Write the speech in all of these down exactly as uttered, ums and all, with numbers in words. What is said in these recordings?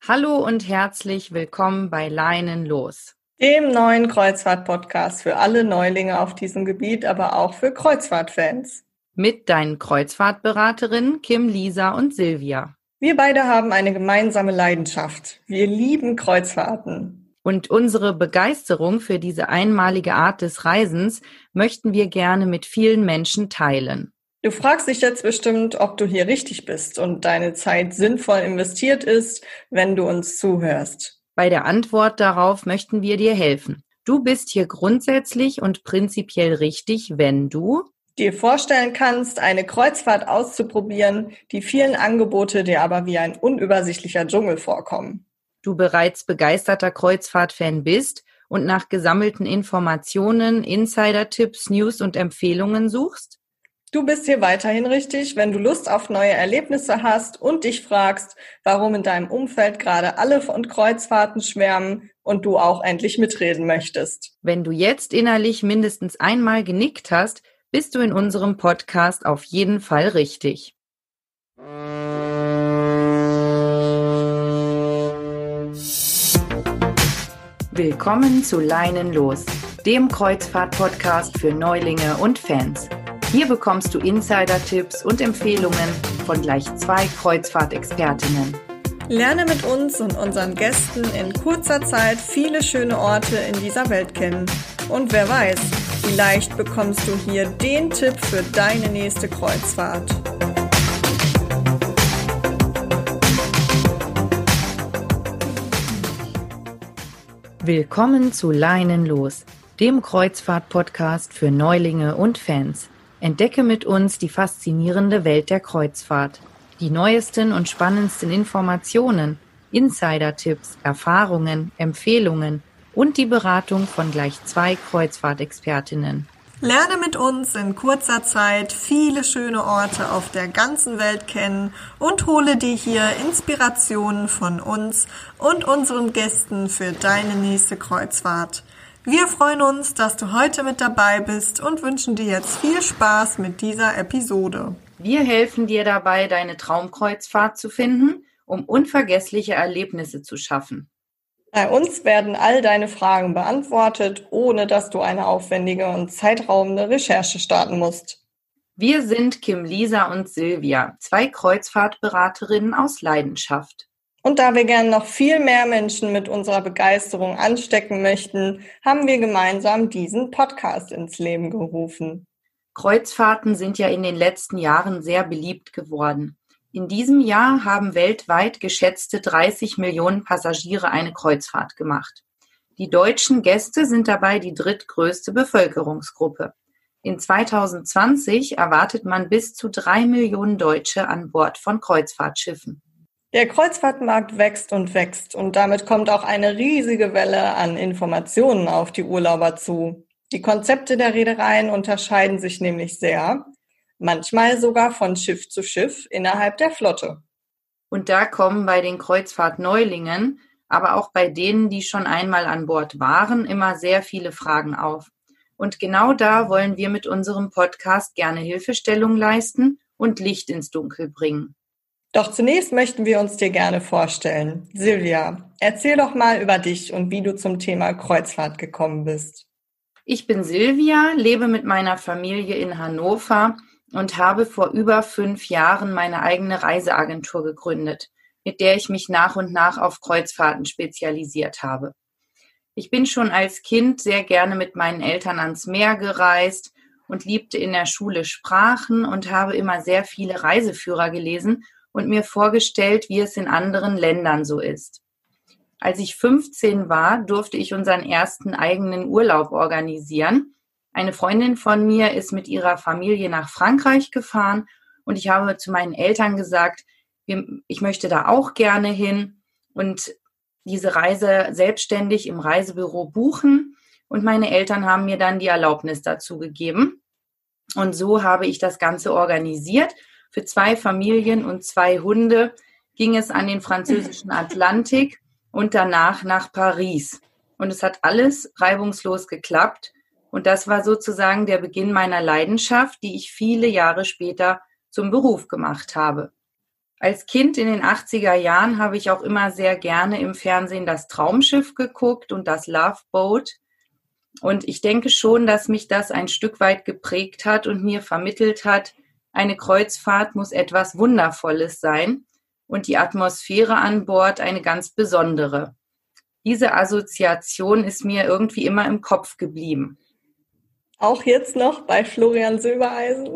Hallo und herzlich willkommen bei Leinen los, dem neuen Kreuzfahrt-Podcast für alle Neulinge auf diesem Gebiet, aber auch für Kreuzfahrtfans. Mit deinen Kreuzfahrtberaterinnen Kim, Lisa und Silvia. Wir beide haben eine gemeinsame Leidenschaft. Wir lieben Kreuzfahrten. Und unsere Begeisterung für diese einmalige Art des Reisens möchten wir gerne mit vielen Menschen teilen. Du fragst dich jetzt bestimmt, ob du hier richtig bist und deine Zeit sinnvoll investiert ist, wenn du uns zuhörst. Bei der Antwort darauf möchten wir dir helfen. Du bist hier grundsätzlich und prinzipiell richtig, wenn du dir vorstellen kannst, eine Kreuzfahrt auszuprobieren, die vielen Angebote dir aber wie ein unübersichtlicher Dschungel vorkommen. Du bereits begeisterter Kreuzfahrt-Fan bist und nach gesammelten Informationen, Insider-Tipps, News und Empfehlungen suchst? Du bist hier weiterhin richtig, wenn du Lust auf neue Erlebnisse hast und dich fragst, warum in deinem Umfeld gerade alle von Kreuzfahrten schwärmen und du auch endlich mitreden möchtest. Wenn du jetzt innerlich mindestens einmal genickt hast, bist du in unserem Podcast auf jeden Fall richtig. Willkommen zu Leinen los, dem Kreuzfahrt-Podcast für Neulinge und Fans. Hier bekommst du Insider-Tipps und Empfehlungen von gleich zwei Kreuzfahrtexpertinnen. Lerne mit uns und unseren Gästen in kurzer Zeit viele schöne Orte in dieser Welt kennen. Und wer weiß, vielleicht bekommst du hier den Tipp für deine nächste Kreuzfahrt. Willkommen zu Leinen los, dem Kreuzfahrt-Podcast für Neulinge und Fans. Entdecke mit uns die faszinierende Welt der Kreuzfahrt. Die neuesten und spannendsten Informationen, Insider-Tipps, Erfahrungen, Empfehlungen und die Beratung von gleich zwei Kreuzfahrtexpertinnen. Lerne mit uns in kurzer Zeit viele schöne Orte auf der ganzen Welt kennen und hole dir hier Inspirationen von uns und unseren Gästen für deine nächste Kreuzfahrt. Wir freuen uns, dass du heute mit dabei bist und wünschen dir jetzt viel Spaß mit dieser Episode. Wir helfen dir dabei, deine Traumkreuzfahrt zu finden, um unvergessliche Erlebnisse zu schaffen. Bei uns werden all deine Fragen beantwortet, ohne dass du eine aufwendige und zeitraubende Recherche starten musst. Wir sind Kim, Lisa und Silvia, zwei Kreuzfahrtberaterinnen aus Leidenschaft. Und da wir gern noch viel mehr Menschen mit unserer Begeisterung anstecken möchten, haben wir gemeinsam diesen Podcast ins Leben gerufen. Kreuzfahrten sind ja in den letzten Jahren sehr beliebt geworden. In diesem Jahr haben weltweit geschätzte dreißig Millionen Passagiere eine Kreuzfahrt gemacht. Die deutschen Gäste sind dabei die drittgrößte Bevölkerungsgruppe. In zwanzig zwanzig erwartet man bis zu drei Millionen Deutsche an Bord von Kreuzfahrtschiffen. Der Kreuzfahrtmarkt wächst und wächst und damit kommt auch eine riesige Welle an Informationen auf die Urlauber zu. Die Konzepte der Reedereien unterscheiden sich nämlich sehr, manchmal sogar von Schiff zu Schiff innerhalb der Flotte. Und da kommen bei den Kreuzfahrtneulingen, aber auch bei denen, die schon einmal an Bord waren, immer sehr viele Fragen auf. Und genau da wollen wir mit unserem Podcast gerne Hilfestellung leisten und Licht ins Dunkel bringen. Doch zunächst möchten wir uns dir gerne vorstellen. Silvia, erzähl doch mal über dich und wie du zum Thema Kreuzfahrt gekommen bist. Ich bin Silvia, lebe mit meiner Familie in Hannover und habe vor über fünf Jahren meine eigene Reiseagentur gegründet, mit der ich mich nach und nach auf Kreuzfahrten spezialisiert habe. Ich bin schon als Kind sehr gerne mit meinen Eltern ans Meer gereist und liebte in der Schule Sprachen und habe immer sehr viele Reiseführer gelesen und mir vorgestellt, wie es in anderen Ländern so ist. Als ich fünfzehn war, durfte ich unseren ersten eigenen Urlaub organisieren. Eine Freundin von mir ist mit ihrer Familie nach Frankreich gefahren und ich habe zu meinen Eltern gesagt, ich möchte da auch gerne hin und diese Reise selbstständig im Reisebüro buchen. Und meine Eltern haben mir dann die Erlaubnis dazu gegeben. Und so habe ich das Ganze organisiert. Für zwei Familien und zwei Hunde ging es an den französischen Atlantik und danach nach Paris. Und es hat alles reibungslos geklappt. Und das war sozusagen der Beginn meiner Leidenschaft, die ich viele Jahre später zum Beruf gemacht habe. Als Kind in den achtziger Jahren habe ich auch immer sehr gerne im Fernsehen das Traumschiff geguckt und das Love Boat. Und ich denke schon, dass mich das ein Stück weit geprägt hat und mir vermittelt hat, eine Kreuzfahrt muss etwas Wundervolles sein und die Atmosphäre an Bord eine ganz besondere. Diese Assoziation ist mir irgendwie immer im Kopf geblieben. Auch jetzt noch bei Florian Silbereisen?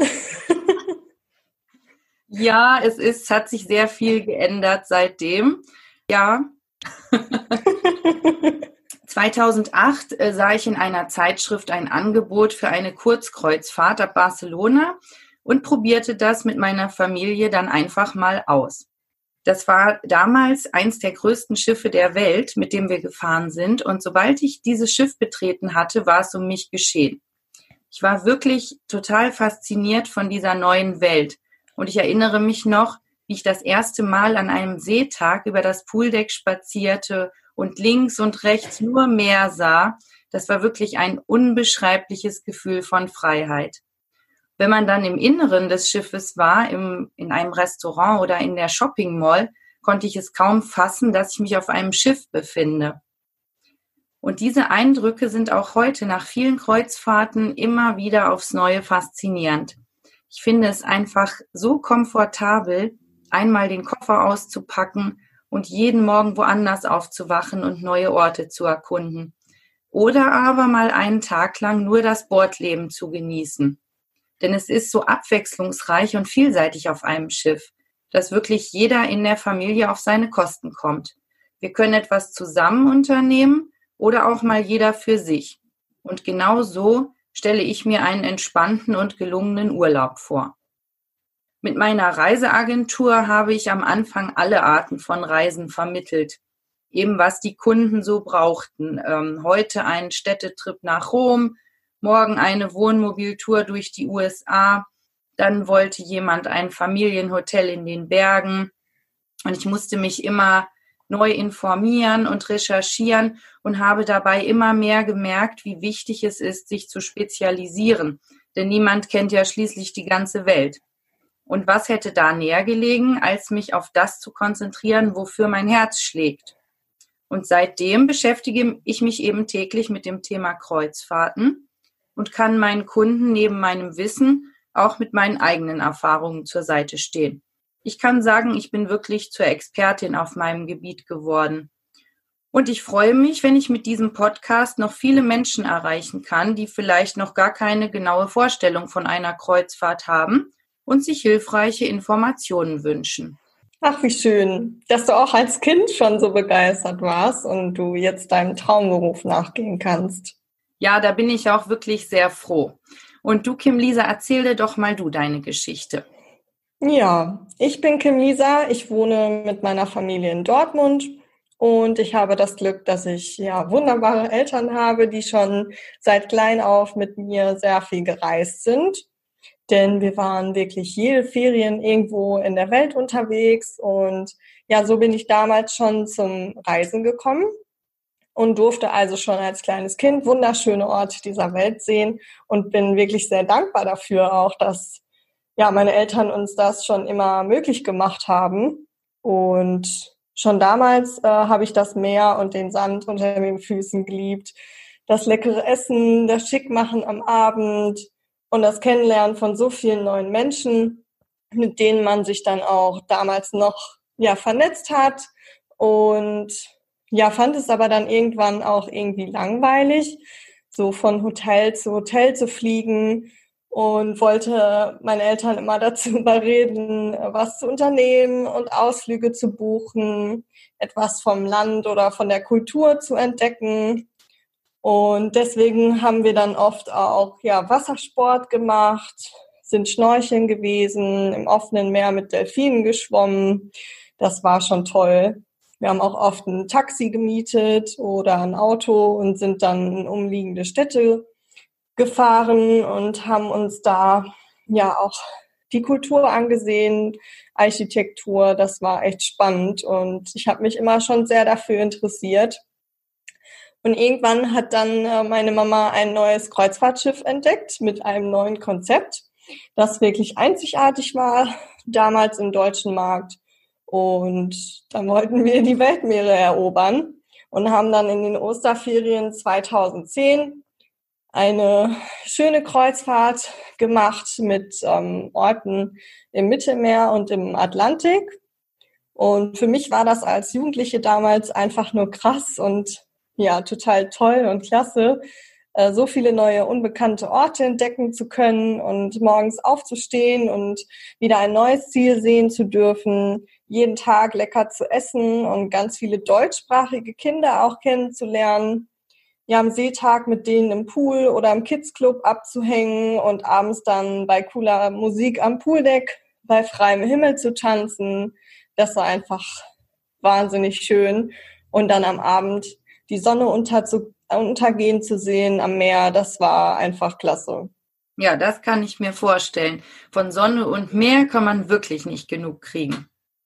Ja, es ist, hat sich sehr viel geändert seitdem. Ja. zweitausendacht äh, sah ich in einer Zeitschrift ein Angebot für eine Kurzkreuzfahrt ab Barcelona und probierte das mit meiner Familie dann einfach mal aus. Das war damals eins der größten Schiffe der Welt, mit dem wir gefahren sind. Und sobald ich dieses Schiff betreten hatte, war es um mich geschehen. Ich war wirklich total fasziniert von dieser neuen Welt. Und ich erinnere mich noch, wie ich das erste Mal an einem Seetag über das Pooldeck spazierte und links und rechts nur Meer sah. Das war wirklich ein unbeschreibliches Gefühl von Freiheit. Wenn man dann im Inneren des Schiffes war, im, in einem Restaurant oder in der Shopping Mall, konnte ich es kaum fassen, dass ich mich auf einem Schiff befinde. Und diese Eindrücke sind auch heute nach vielen Kreuzfahrten immer wieder aufs Neue faszinierend. Ich finde es einfach so komfortabel, einmal den Koffer auszupacken und jeden Morgen woanders aufzuwachen und neue Orte zu erkunden. Oder aber mal einen Tag lang nur das Bordleben zu genießen. Denn es ist so abwechslungsreich und vielseitig auf einem Schiff, dass wirklich jeder in der Familie auf seine Kosten kommt. Wir können etwas zusammen unternehmen oder auch mal jeder für sich. Und genau so stelle ich mir einen entspannten und gelungenen Urlaub vor. Mit meiner Reiseagentur habe ich am Anfang alle Arten von Reisen vermittelt. Eben was die Kunden so brauchten. Ähm, heute einen Städtetrip nach Rom, morgen eine Wohnmobiltour durch die U S A. Dann wollte jemand ein Familienhotel in den Bergen. Und ich musste mich immer neu informieren und recherchieren und habe dabei immer mehr gemerkt, wie wichtig es ist, sich zu spezialisieren. Denn niemand kennt ja schließlich die ganze Welt. Und was hätte da näher gelegen, als mich auf das zu konzentrieren, wofür mein Herz schlägt? Und seitdem beschäftige ich mich eben täglich mit dem Thema Kreuzfahrten und kann meinen Kunden neben meinem Wissen auch mit meinen eigenen Erfahrungen zur Seite stehen. Ich kann sagen, ich bin wirklich zur Expertin auf meinem Gebiet geworden. Und ich freue mich, wenn ich mit diesem Podcast noch viele Menschen erreichen kann, die vielleicht noch gar keine genaue Vorstellung von einer Kreuzfahrt haben und sich hilfreiche Informationen wünschen. Ach, wie schön, dass du auch als Kind schon so begeistert warst und du jetzt deinem Traumberuf nachgehen kannst. Ja, da bin ich auch wirklich sehr froh. Und du, Kim-Lisa, erzähl dir doch mal du deine Geschichte. Ja, ich bin Kim-Lisa, ich wohne mit meiner Familie in Dortmund und ich habe das Glück, dass ich ja wunderbare Eltern habe, die schon seit klein auf mit mir sehr viel gereist sind. Denn wir waren wirklich jede Ferien irgendwo in der Welt unterwegs und ja, so bin ich damals schon zum Reisen gekommen und durfte also schon als kleines Kind wunderschöne Orte dieser Welt sehen und bin wirklich sehr dankbar dafür auch, dass ja, meine Eltern uns das schon immer möglich gemacht haben. Und schon damals äh, habe ich das Meer und den Sand unter den Füßen geliebt. Das leckere Essen, das Schickmachen am Abend und das Kennenlernen von so vielen neuen Menschen, mit denen man sich dann auch damals noch ja vernetzt hat. Und ja, fand es aber dann irgendwann auch irgendwie langweilig, so von Hotel zu Hotel zu fliegen. Und wollte meine Eltern immer dazu überreden, was zu unternehmen und Ausflüge zu buchen, etwas vom Land oder von der Kultur zu entdecken. Und deswegen haben wir dann oft auch ja, Wassersport gemacht, sind schnorcheln gewesen, im offenen Meer mit Delfinen geschwommen. Das war schon toll. Wir haben auch oft ein Taxi gemietet oder ein Auto und sind dann in umliegende Städte gefahren und haben uns da ja auch die Kultur angesehen, Architektur, das war echt spannend und ich habe mich immer schon sehr dafür interessiert. Und irgendwann hat dann meine Mama ein neues Kreuzfahrtschiff entdeckt mit einem neuen Konzept, das wirklich einzigartig war, damals im deutschen Markt. Und dann wollten wir die Weltmeere erobern und haben dann in den Osterferien zweitausendzehn eine schöne Kreuzfahrt gemacht mit ähm, Orten im Mittelmeer und im Atlantik. Und für mich war das als Jugendliche damals einfach nur krass und ja, total toll und klasse, äh, so viele neue unbekannte Orte entdecken zu können und morgens aufzustehen und wieder ein neues Ziel sehen zu dürfen, jeden Tag lecker zu essen und ganz viele deutschsprachige Kinder auch kennenzulernen. Ja, am Seetag mit denen im Pool oder im Kids-Club abzuhängen und abends dann bei cooler Musik am Pooldeck bei freiem Himmel zu tanzen. Das war einfach wahnsinnig schön. Und dann am Abend die Sonne unter zu, untergehen zu sehen am Meer, das war einfach klasse. Ja, das kann ich mir vorstellen. Von Sonne und Meer kann man wirklich nicht genug kriegen.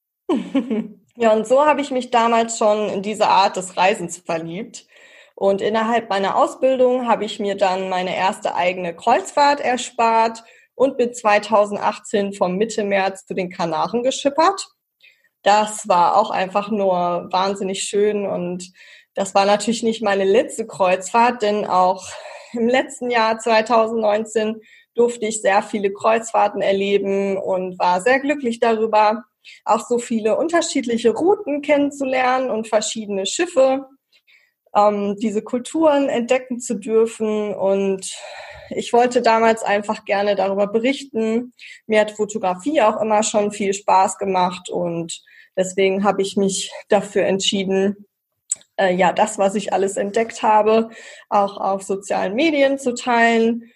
Ja, und so habe ich mich damals schon in diese Art des Reisens verliebt. Und innerhalb meiner Ausbildung habe ich mir dann meine erste eigene Kreuzfahrt erspart und bin zweitausendachtzehn vom Mittelmeer zu den Kanaren geschippert. Das war auch einfach nur wahnsinnig schön und das war natürlich nicht meine letzte Kreuzfahrt, denn auch im letzten Jahr zweitausendneunzehn durfte ich sehr viele Kreuzfahrten erleben und war sehr glücklich darüber, auch so viele unterschiedliche Routen kennenzulernen und verschiedene Schiffe, ähm, diese Kulturen entdecken zu dürfen. Und ich wollte damals einfach gerne darüber berichten. Mir hat Fotografie auch immer schon viel Spaß gemacht und deswegen habe ich mich dafür entschieden, äh, ja, das, was ich alles entdeckt habe, auch auf sozialen Medien zu teilen.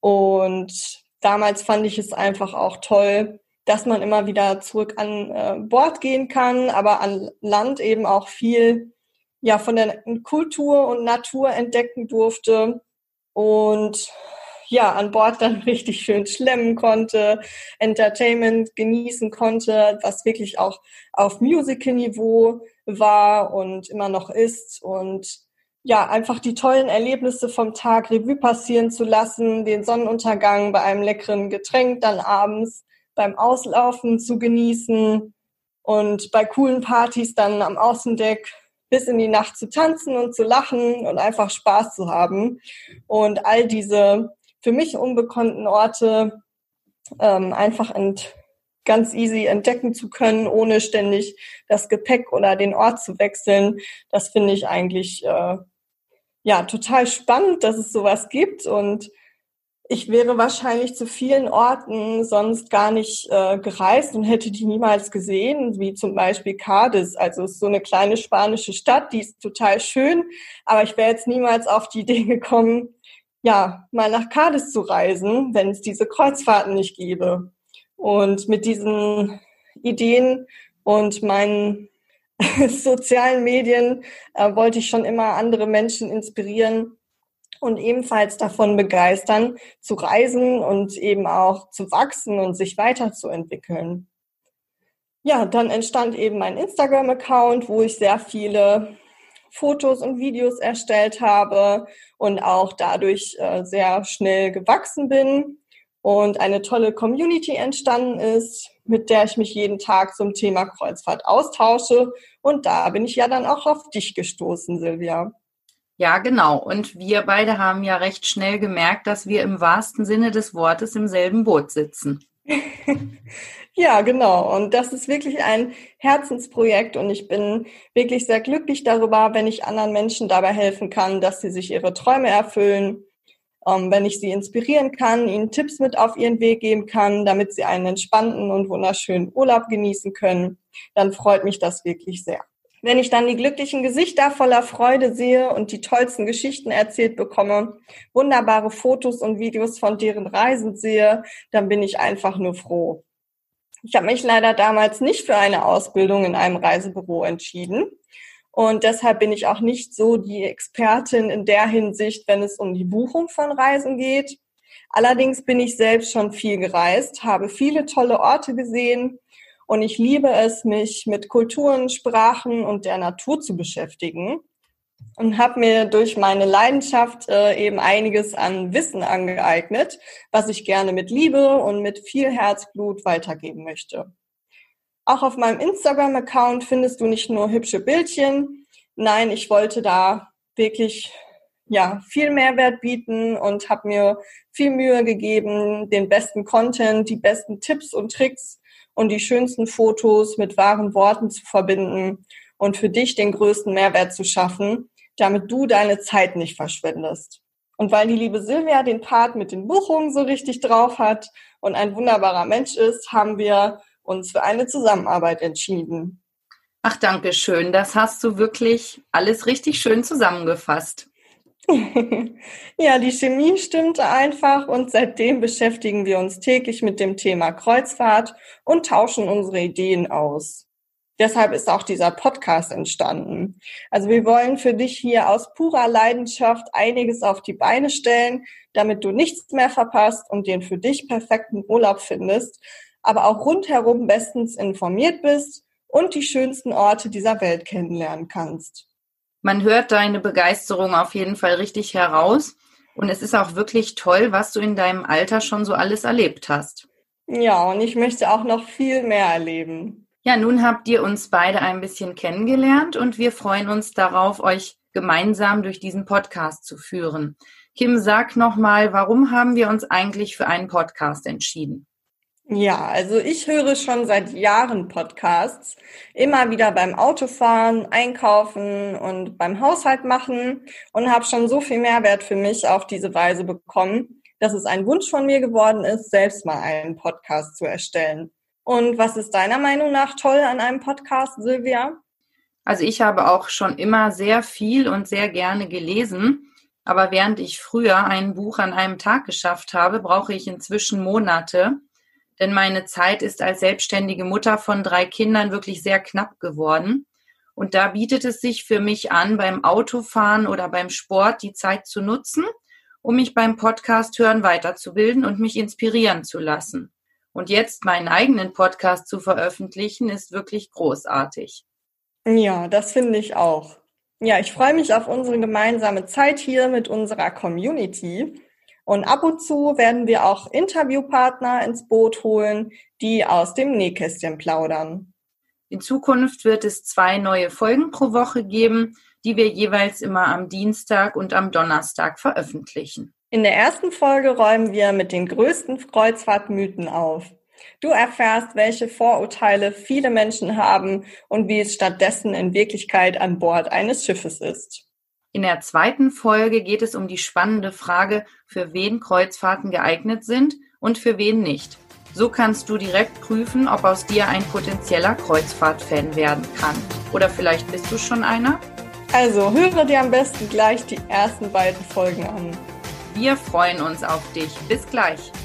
Und damals fand ich es einfach auch toll, dass man immer wieder zurück an äh, Bord gehen kann, aber an Land eben auch viel ja von der Kultur und Natur entdecken durfte und ja an Bord dann richtig schön schlemmen konnte, Entertainment genießen konnte, was wirklich auch auf Musical-Niveau war und immer noch ist und ja, einfach die tollen Erlebnisse vom Tag Revue passieren zu lassen, den Sonnenuntergang bei einem leckeren Getränk dann abends beim Auslaufen zu genießen und bei coolen Partys dann am Außendeck bis in die Nacht zu tanzen und zu lachen und einfach Spaß zu haben. Und all diese für mich unbekannten Orte ähm, einfach ent- ganz easy entdecken zu können, ohne ständig das Gepäck oder den Ort zu wechseln, das finde ich eigentlich äh, ja total spannend, dass es sowas gibt und ich wäre wahrscheinlich zu vielen Orten sonst gar nicht äh, gereist und hätte die niemals gesehen, wie zum Beispiel Cádiz. Also es ist so eine kleine spanische Stadt, die ist total schön, aber ich wäre jetzt niemals auf die Idee gekommen, ja, mal nach Cádiz zu reisen, wenn es diese Kreuzfahrten nicht gäbe. Und mit diesen Ideen und meinen sozialen Medien äh, wollte ich schon immer andere Menschen inspirieren, und ebenfalls davon begeistern, zu reisen und eben auch zu wachsen und sich weiterzuentwickeln. Ja, dann entstand eben mein Instagram-Account, wo ich sehr viele Fotos und Videos erstellt habe und auch dadurch äh, sehr schnell gewachsen bin und eine tolle Community entstanden ist, mit der ich mich jeden Tag zum Thema Kreuzfahrt austausche. Und da bin ich ja dann auch auf dich gestoßen, Silvia. Ja, genau. Und wir beide haben ja recht schnell gemerkt, dass wir im wahrsten Sinne des Wortes im selben Boot sitzen. Ja, genau. Und das ist wirklich ein Herzensprojekt und ich bin wirklich sehr glücklich darüber, wenn ich anderen Menschen dabei helfen kann, dass sie sich ihre Träume erfüllen, ähm, wenn ich sie inspirieren kann, ihnen Tipps mit auf ihren Weg geben kann, damit sie einen entspannten und wunderschönen Urlaub genießen können, dann freut mich das wirklich sehr. Wenn ich dann die glücklichen Gesichter voller Freude sehe und die tollsten Geschichten erzählt bekomme, wunderbare Fotos und Videos von deren Reisen sehe, dann bin ich einfach nur froh. Ich habe mich leider damals nicht für eine Ausbildung in einem Reisebüro entschieden und deshalb bin ich auch nicht so die Expertin in der Hinsicht, wenn es um die Buchung von Reisen geht. Allerdings bin ich selbst schon viel gereist, habe viele tolle Orte gesehen. Und ich liebe es, mich mit Kulturen, Sprachen und der Natur zu beschäftigen und habe mir durch meine Leidenschaft äh, eben einiges an Wissen angeeignet, was ich gerne mit Liebe und mit viel Herzblut weitergeben möchte. Auch auf meinem Instagram-Account findest du nicht nur hübsche Bildchen. Nein, ich wollte da wirklich ja viel Mehrwert bieten und habe mir viel Mühe gegeben, den besten Content, die besten Tipps und Tricks und die schönsten Fotos mit wahren Worten zu verbinden und für dich den größten Mehrwert zu schaffen, damit du deine Zeit nicht verschwendest. Und weil die liebe Silvia den Part mit den Buchungen so richtig drauf hat und ein wunderbarer Mensch ist, haben wir uns für eine Zusammenarbeit entschieden. Ach, danke schön. Das hast du wirklich alles richtig schön zusammengefasst. Ja, die Chemie stimmte einfach und seitdem beschäftigen wir uns täglich mit dem Thema Kreuzfahrt und tauschen unsere Ideen aus. Deshalb ist auch dieser Podcast entstanden. Also wir wollen für dich hier aus purer Leidenschaft einiges auf die Beine stellen, damit du nichts mehr verpasst und den für dich perfekten Urlaub findest, aber auch rundherum bestens informiert bist und die schönsten Orte dieser Welt kennenlernen kannst. Man hört deine Begeisterung auf jeden Fall richtig heraus und es ist auch wirklich toll, was du in deinem Alter schon so alles erlebt hast. Ja, und ich möchte auch noch viel mehr erleben. Ja, nun habt ihr uns beide ein bisschen kennengelernt und wir freuen uns darauf, euch gemeinsam durch diesen Podcast zu führen. Kim, sag nochmal, warum haben wir uns eigentlich für einen Podcast entschieden? Ja, also ich höre schon seit Jahren Podcasts, immer wieder beim Autofahren, Einkaufen und beim Haushalt machen und habe schon so viel Mehrwert für mich auf diese Weise bekommen, dass es ein Wunsch von mir geworden ist, selbst mal einen Podcast zu erstellen. Und was ist deiner Meinung nach toll an einem Podcast, Silvia? Also ich habe auch schon immer sehr viel und sehr gerne gelesen, aber während ich früher ein Buch an einem Tag geschafft habe, brauche ich inzwischen Monate. Denn meine Zeit ist als selbstständige Mutter von drei Kindern wirklich sehr knapp geworden. Und da bietet es sich für mich an, beim Autofahren oder beim Sport die Zeit zu nutzen, um mich beim Podcast hören weiterzubilden und mich inspirieren zu lassen. Und jetzt meinen eigenen Podcast zu veröffentlichen, ist wirklich großartig. Ja, das finde ich auch. Ja, ich freue mich auf unsere gemeinsame Zeit hier mit unserer Community. Und ab und zu werden wir auch Interviewpartner ins Boot holen, die aus dem Nähkästchen plaudern. In Zukunft wird es zwei neue Folgen pro Woche geben, die wir jeweils immer am Dienstag und am Donnerstag veröffentlichen. In der ersten Folge räumen wir mit den größten Kreuzfahrtmythen auf. Du erfährst, welche Vorurteile viele Menschen haben und wie es stattdessen in Wirklichkeit an Bord eines Schiffes ist. In der zweiten Folge geht es um die spannende Frage, für wen Kreuzfahrten geeignet sind und für wen nicht. So kannst du direkt prüfen, ob aus dir ein potenzieller Kreuzfahrt-Fan werden kann. Oder vielleicht bist du schon einer? Also höre dir am besten gleich die ersten beiden Folgen an. Wir freuen uns auf dich. Bis gleich.